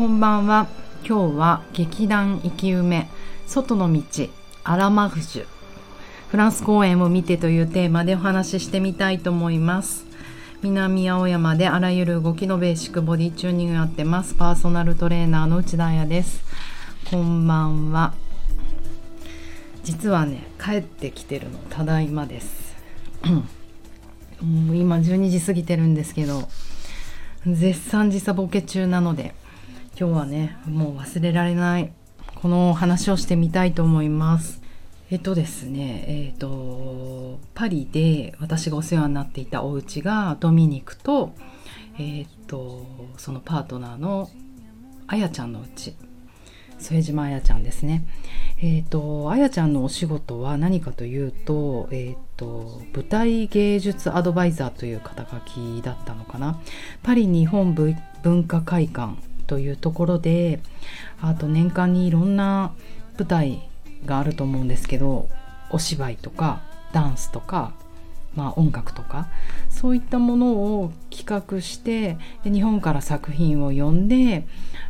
こんばんは。今日は劇団生き埋め外の道アラマフジュフランス公演を見てというテーマでお話ししてみたいと思います。南青山であらゆる動きのベーシックボディチューニングやってます。パーソナルトレーナーの内田彩です。こんばんは。実はね、帰ってきてるのただいまですもう今12時過ぎてるんですけど、絶賛時差ボケ中なので、今日はね、もう忘れられないこの話をしてみたいと思います。ですね、パリで私がお世話になっていたお家がドミニクと、そのパートナーのあやちゃんの家、副島あやちゃんですね。あやちゃんのお仕事は何かというと、舞台芸術アドバイザーという肩書きだったのかな。パリ日本文化会館というところで、あと年間にいろんな舞台があると思うんですけど、お芝居とかダンスとか、音楽とかそういったものを企画して、で日本から作品を呼んで、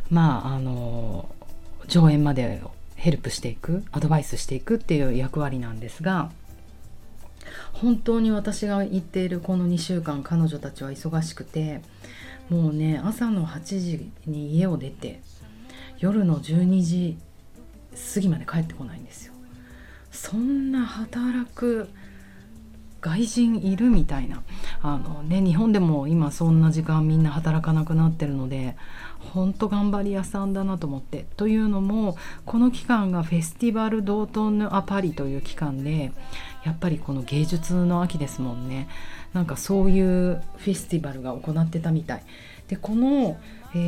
上演までヘルプしていく、アドバイスしていくっていう役割なんですが、本当に私が行っているこの2週間、彼女たちは忙しくて、もうね、朝の8時に家を出て夜の12時過ぎまで帰ってこないんですよ。そんな働く外人いるみたいな、日本でも今そんな時間みんな働かなくなってるので、本当頑張り屋さんだなと思って。というのも、この期間がフェスティバル・ドートンヌ・ア・パリという期間で、やっぱりこの芸術の秋ですもんね。なんかそういうフェスティバルが行ってたみたいで、この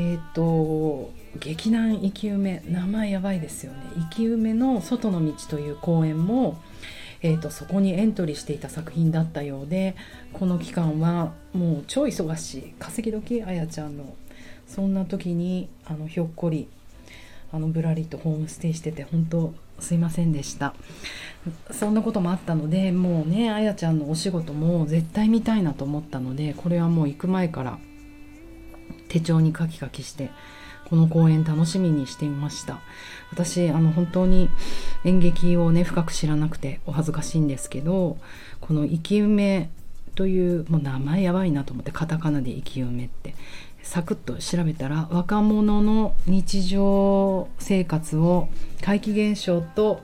劇団生き埋め、名前やばいですよね。生き埋めの外の道という公演も、そこにエントリーしていた作品だったようで、この期間はもう超忙しい稼ぎ時あやちゃんの、そんな時にひょっこりぶらりとホームステイしてて、本当すいませんでした。そんなこともあったので、もうね、あやちゃんのお仕事も絶対見たいなと思ったので、これはもう行く前から手帳に書き書きしてこの公演楽しみにしていました。私本当に演劇をね深く知らなくてお恥ずかしいんですけど、この生き埋めという、もう名前やばいなと思って、カタカナで生き埋めってサクッと調べたら、若者の日常生活を怪奇現象と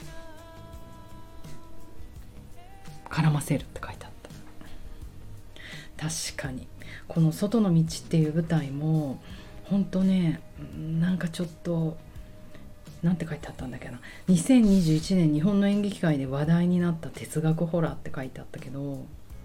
絡ませるって書いてあった。確かにこの外の道っていう舞台も本当ね、なんかちょっとなんて書いてあったんだっけな、2021年日本の演劇界で話題になった哲学ホラーって書いてあったけど、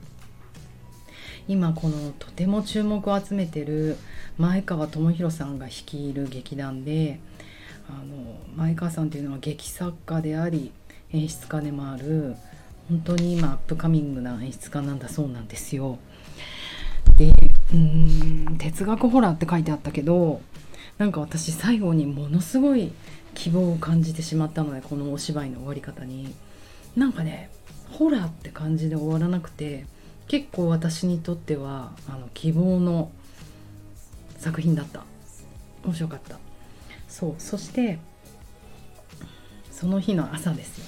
今このとても注目を集めてる前川智博さんが率いる劇団で、前川さんっていうのは劇作家であり演出家でもある、本当に今アップカミングな演出家なんだそうなんですよ。で、哲学ホラーって書いてあったけど、なんか私最後にものすごい希望を感じてしまったので、このお芝居の終わり方になんかね、ホラーって感じで終わらなくて、結構私にとっては希望の作品だった。面白かった。そう、そしてその日の朝ですよ。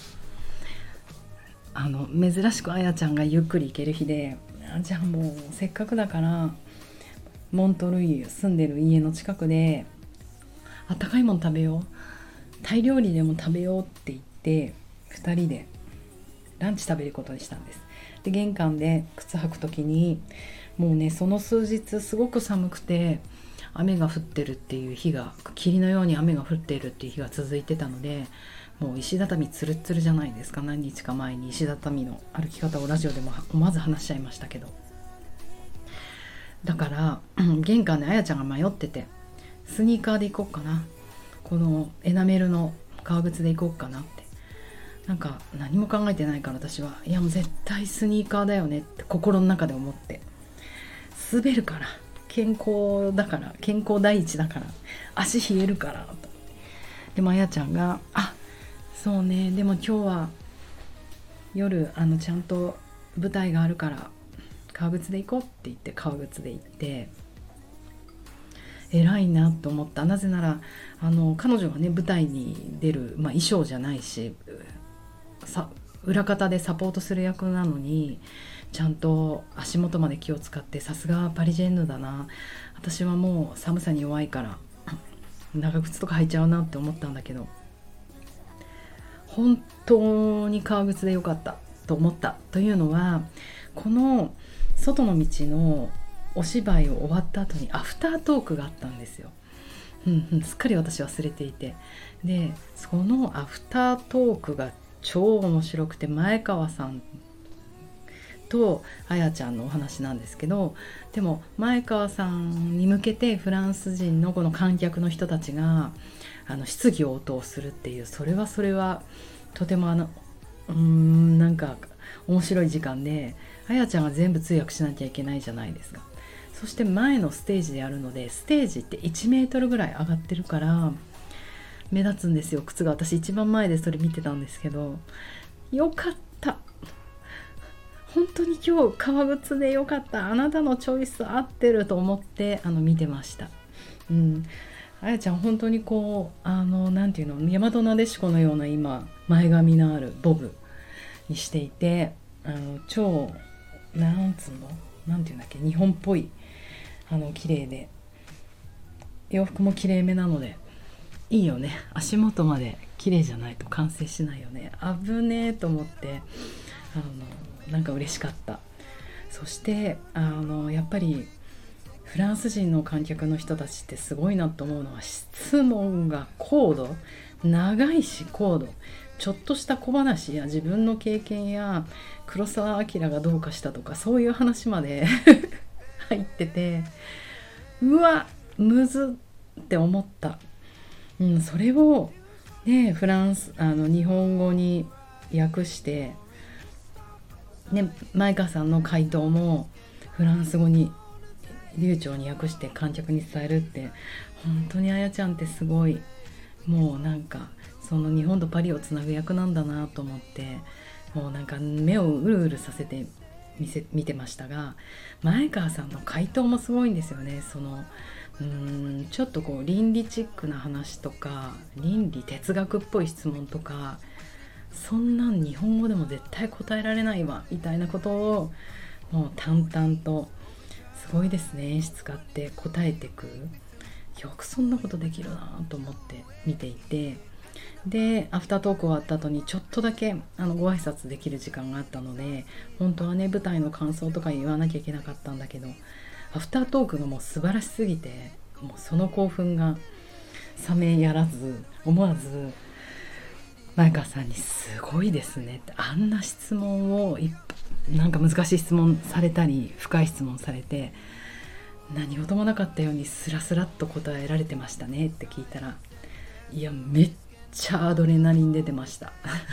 珍しくあやちゃんがゆっくり行ける日で、じゃあもうせっかくだからモントルイユ、住んでる家の近くであったかいもの食べよう、タイ料理でも食べようって言って2人でランチ食べることにしたんです。で、玄関で靴履くときに、もうね、その数日すごく寒くて雨が降ってるっていう日が、霧のように雨が降っているっていう日が続いてたので、もう石畳ツルツルじゃないですか。何日か前に石畳の歩き方をラジオでも思わず話しちゃいましたけど、だから玄関であやちゃんが迷ってて、スニーカーで行こうかな、このエナメルの革靴で行こうかなって、なんか何も考えてないから、私は、いやもう絶対スニーカーだよねって心の中で思って、滑るから、健康だから、健康第一だから、足冷えるからと。でもあやちゃんが、そうね、でも今日は夜ちゃんと舞台があるから革靴で行こうって言って、革靴で行って、 偉いなと思った。なぜなら彼女がね舞台に出る、衣装じゃないし裏方でサポートする役なのにちゃんと足元まで気を使って、さすがパリジェンヌだな。私はもう寒さに弱いから長靴とか履いちゃうなって思ったんだけど、本当に革靴でよかったと思った。というのは、この外の道のお芝居を終わった後にアフタートークがあったんですよ。すっかり私忘れていて、でそのアフタートークが超面白くて、前川さんとあやちゃんのお話なんですけど、でも前川さんに向けてフランス人のこの観客の人たちが質疑応答するっていう、それはとてもなんか面白い時間で、あやちゃんが全部通訳しなきゃいけないじゃないですか。そして前のステージでやるので、ステージって1メートルぐらい上がってるから目立つんですよ、靴が。私一番前でそれ見てたんですけど、よかった、本当に今日革靴でよかった、あなたのチョイス合ってると思って見てました。あやちゃん本当にこうなんていうの、大和なでしこのような今前髪のあるボブにしていて、超なんていうんだっけ、日本っぽい綺麗で、洋服も綺麗めなのでいいよね。足元まで綺麗じゃないと完成しないよね。危ねえと思ってなんか嬉しかった。そしてやっぱりフランス人の観客の人たちってすごいなと思うのは、質問が高度、長いし高度、ちょっとした小話や自分の経験や黒澤明がどうかしたとか、そういう話まで入ってて、うわむずって思った。それをね、フランス日本語に訳してね、前川さんの回答もフランス語に流暢に訳して観客に伝えるって、本当にあやちゃんってすごい、もうなんかその日本とパリをつなぐ役なんだなと思って、もうなんか目をうるうるさせて見てましたが、前川さんの回答もすごいんですよね。ちょっとこう倫理チックな話とか、倫理哲学っぽい質問とか、そんなん日本語でも絶対答えられないわみたいなことをもう淡々と、すごいですね、演出使って答えてく。よくそんなことできるなと思って見ていて、でアフタートーク終わった後にちょっとだけご挨拶できる時間があったので、本当はね舞台の感想とか言わなきゃいけなかったんだけど、アフタートークがもう素晴らしすぎて、もうその興奮が冷めやらず、思わず前川さんにすごいですねって、あんな質問をなんか難しい質問されたり深い質問されて、何事もなかったようにスラスラっと答えられてましたねって聞いたら、いやめっちゃアドレナリン出てました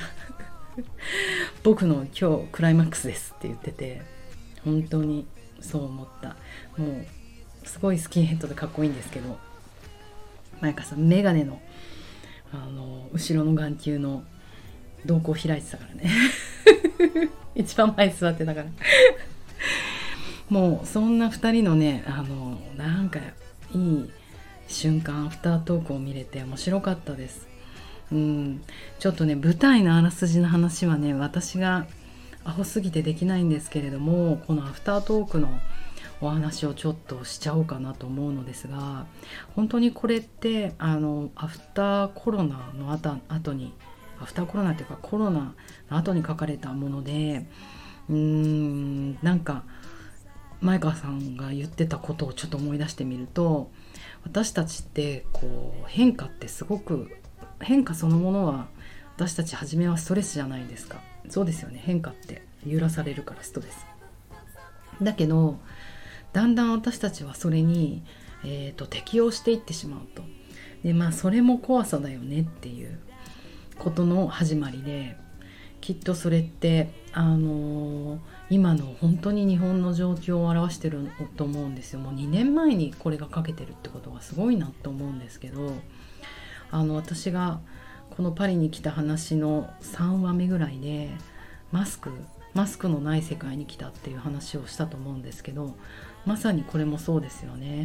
僕の今日クライマックスですって言ってて、本当にそう思った。もうすごいスキンヘッドでかっこいいんですけど、前川さんメガネの後ろの眼球の瞳孔開いてたからね一番前座ってたからもうそんな2人のねなんかいい瞬間、アフタートークを見れて面白かったです。ちょっとね舞台のあらすじの話はね、私がアホすぎてできないんですけれども、このアフタートークのお話をちょっとしちゃおうかなと思うのですが、本当にこれってアフターコロナの後に、アフターコロナっていうかコロナの後に書かれたもので、なんか前川さんが言ってたことをちょっと思い出してみると、私たちってこう変化ってすごく、変化そのものは私たち初めはストレスじゃないですか。そうですよね、変化って揺らされるからストレスだけど、だんだん私たちはそれに、適応していってしまうと。でそれも怖さだよねっていうことの始まりで、きっとそれって今の本当に日本の状況を表してると思うんですよ。もう2年前にこれが書けてるってことがすごいなと思うんですけど、私がこのパリに来た話の3話目ぐらいでマスクのない世界に来たっていう話をしたと思うんですけど、まさにこれもそうですよね。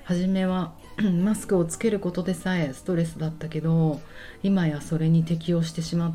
初めはマスクをつけることでさえストレスだったけど、今やそれに適応してしまって、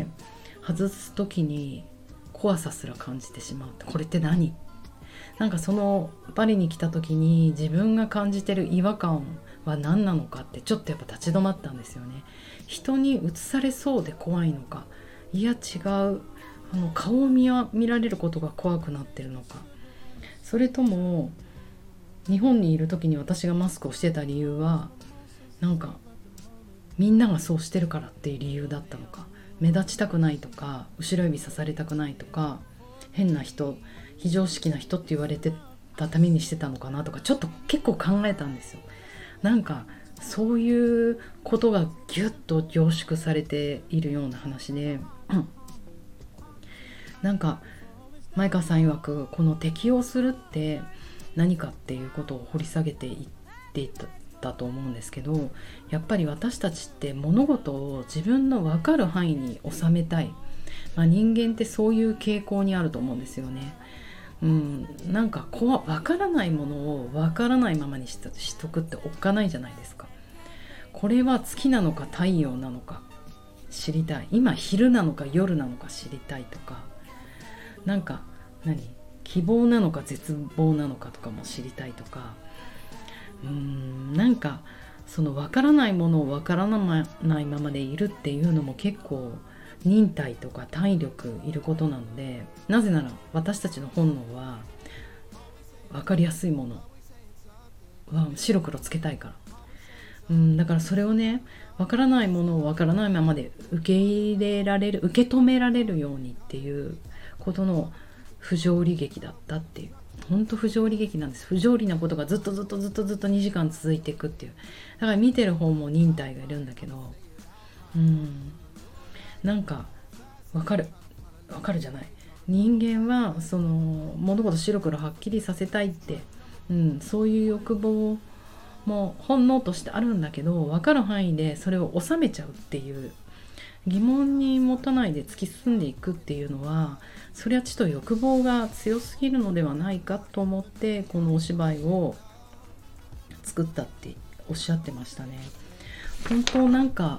外す時に怖さすら感じてしまう。これって何？なんかそのパリに来た時に自分が感じてる違和感は何なのかってちょっとやっぱ立ち止まったんですよね。人に映されそうで怖いのか、いや違う、顔を見られることが怖くなってるのか、それとも日本にいる時に私がマスクをしてた理由はなんかみんながそうしてるからっていう理由だったのか、目立ちたくないとか後ろ指さされたくないとか変な人、非常識な人って言われてたためにしてたのかなとか、ちょっと結構考えたんですよ。なんかそういうことがギュッと凝縮されているような話で、なんか前川さん曰くこの適応するって何かっていうことを掘り下げていっていったと思うんですけど、やっぱり私たちって物事を自分の分かる範囲に収めたい、人間ってそういう傾向にあると思うんですよね。なんか分からないものを分からないままにしとくっておっかないじゃないですか。これは月なのか太陽なのか知りたい、今昼なのか夜なのか知りたいとか、なんか希望なのか絶望なのかとかも知りたいとか、なんかその分からないものを分からないままでいるっていうのも結構忍耐とか体力いることなので、なぜなら私たちの本能は分かりやすいものは白黒つけたいから、だからそれをね、分からないものを分からないままで受け止められるようにっていうことの不条理劇だったっていう、本当不条理劇なんです。不条理なことがずっと2時間続いていくっていう。だから見てる方も忍耐がいるんだけど、なんかわかるじゃない、人間はその物事白黒はっきりさせたいって、そういう欲望も本能としてあるんだけど、分かる範囲でそれを収めちゃうっていう、疑問に持たないで突き進んでいくっていうのは、それはちょっと欲望が強すぎるのではないかと思ってこのお芝居を作ったっておっしゃってましたね。本当なんか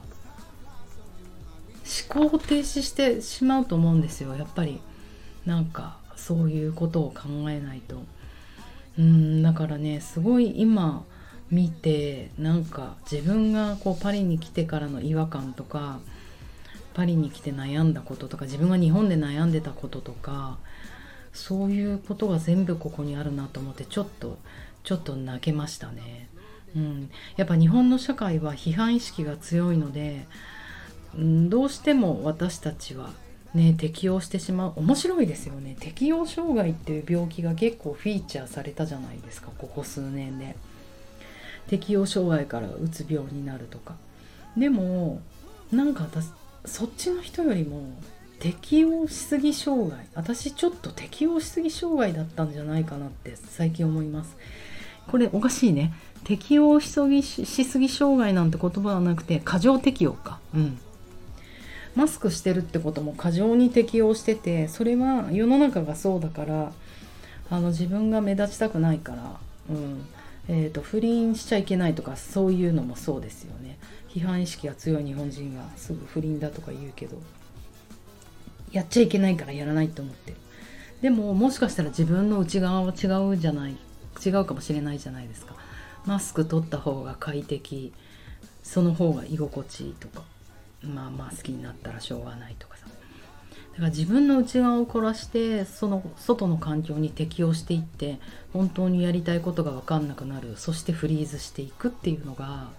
思考を停止してしまうと思うんですよ。やっぱりなんかそういうことを考えないと。だからね、すごい今見て、なんか自分がこうパリに来てからの違和感とか、パリに来て悩んだこととか、自分が日本で悩んでたこととか、そういうことが全部ここにあるなと思って、ちょっと泣けましたね。やっぱ日本の社会は批判意識が強いので、どうしても私たちはね、適応してしまう。面白いですよね。適応障害っていう病気が結構フィーチャーされたじゃないですか、ここ数年で。適応障害からうつ病になるとか。でもなんかそっちの人よりも適応しすぎ障害、私ちょっと適応しすぎ障害だったんじゃないかなって最近思います。これおかしいね。適応しすぎ障害なんて言葉はなくて過剰適応か。マスクしてるってことも過剰に適応してて、それは世の中がそうだから、自分が目立ちたくないから、不倫しちゃいけないとか、そういうのもそうですよね。批判意識が強い日本人はすぐ不倫だとか言うけど、やっちゃいけないからやらないと思ってる。でももしかしたら自分の内側は違うかもしれないじゃないですか。マスク取った方が快適、その方が居心地いいとか、好きになったらしょうがないとかさ。だから自分の内側を凝らしてその外の環境に適応していって、本当にやりたいことが分かんなくなる、そしてフリーズしていくっていうのが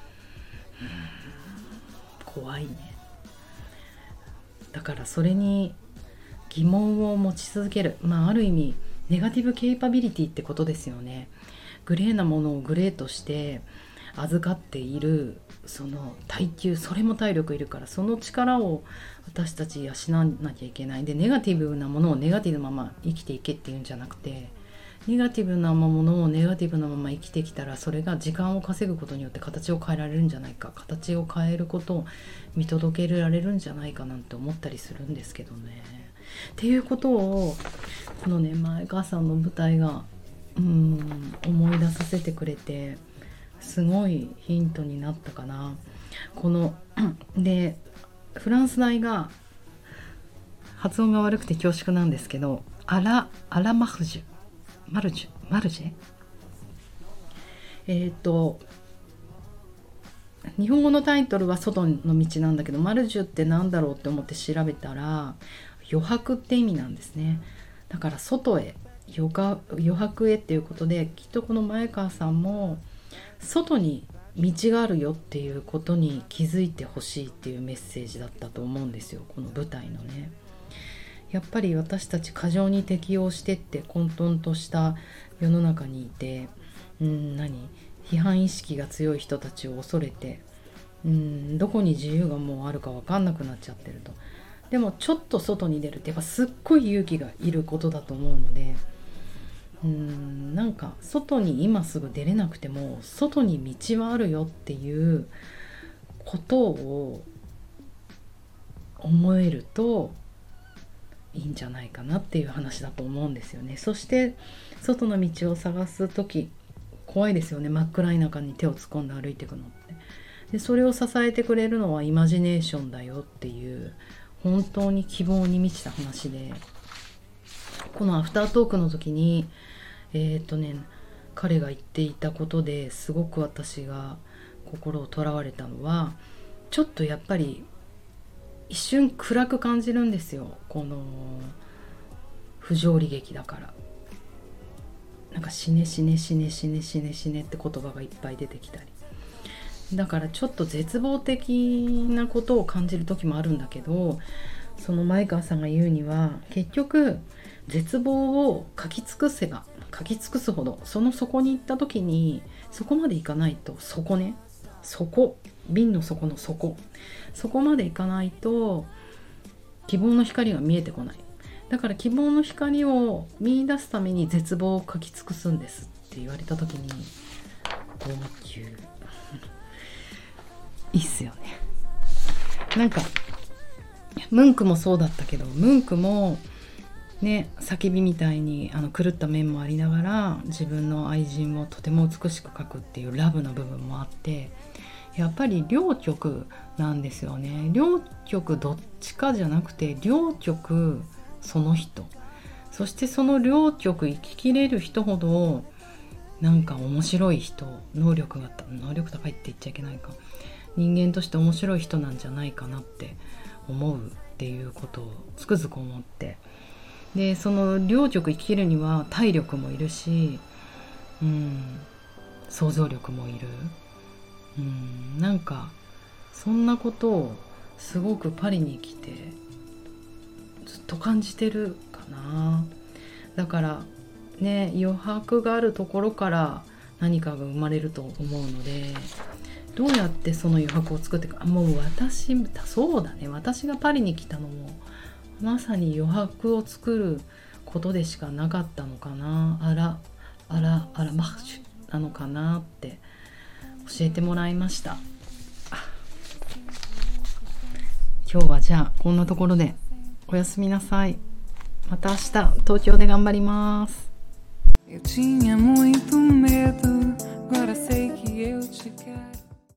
怖いね。だからそれに疑問を持ち続ける、ある意味ネガティブケイパビリティってことですよね。グレーなものをグレーとして預かっている、その耐久、それも体力いるから、その力を私たち養わなきゃいけない。で、ネガティブなものをネガティブなまま生きていけっていうんじゃなくて、ネガティブなものをネガティブなまま生きてきたら、それが時間を稼ぐことによって形を変えられるんじゃないか、形を変えることを見届けられるんじゃないかなんて思ったりするんですけどね。っていうことをこのね、前川さんの舞台が思い出させてくれて、すごいヒントになったかな。このでフランス大が発音が悪くて恐縮なんですけど、アラマルジェ日本語のタイトルは外の道なんだけど、マルジュってなんだろうって思って調べたら、余白って意味なんですね。だから外へ、余白へっていうことで、きっとこの前川さんも外に道があるよっていうことに気づいてほしいっていうメッセージだったと思うんですよ、この舞台のね。やっぱり私たち過剰に適応してって混沌とした世の中にいて、批判意識が強い人たちを恐れて、どこに自由がもうあるか分かんなくなっちゃってると。でもちょっと外に出るってやっぱすっごい勇気がいることだと思うので、なんか外に今すぐ出れなくても外に道はあるよっていうことを思えるといいんじゃないかなっていう話だと思うんですよね。そして外の道を探すとき怖いですよね。真っ暗い中に手を突っ込んで歩いていくのって。でそれを支えてくれるのはイマジネーションだよっていう本当に希望に満ちた話で、このアフタートークの時に彼が言っていたことですごく私が心をとらわれたのは、ちょっとやっぱり一瞬暗く感じるんですよ。この不条理劇だから、なんか死ねって言葉がいっぱい出てきたり、だからちょっと絶望的なことを感じる時もあるんだけど、その前川さんが言うには、結局絶望を書き尽くすほどその底に行った時に、そこまで行かないと、瓶の底の底、そこまで行かないと希望の光が見えてこない。だから希望の光を見出すために絶望を書き尽くすんですって言われた時に、号泣いいっすよね。なんかムンクもそうだったけど、ムンクもね、叫びみたいに狂った面もありながら、自分の愛人をとても美しく描くっていうラブな部分もあって、やっぱり両極なんですよね。両極どっちかじゃなくて、両極その人、そしてその両極生ききれる人ほどなんか面白い人、能力高いって言っちゃいけないか、人間として面白い人なんじゃないかなって思うっていうことをつくづく思って、でその両極生きるには体力もいるし、想像力もいる、なんかそんなことをすごくパリに来てずっと感じてるかな。だからね、余白があるところから何かが生まれると思うので、どうやってその余白を作っていくか。もう私がパリに来たのもまさに余白を作ることでしかなかったのかな。アラマッシュなのかなって教えてもらいました。今日はじゃあこんなところでおやすみなさい。また明日東京で頑張ります。Eu tinha muito medo, agora sei que eu te quero.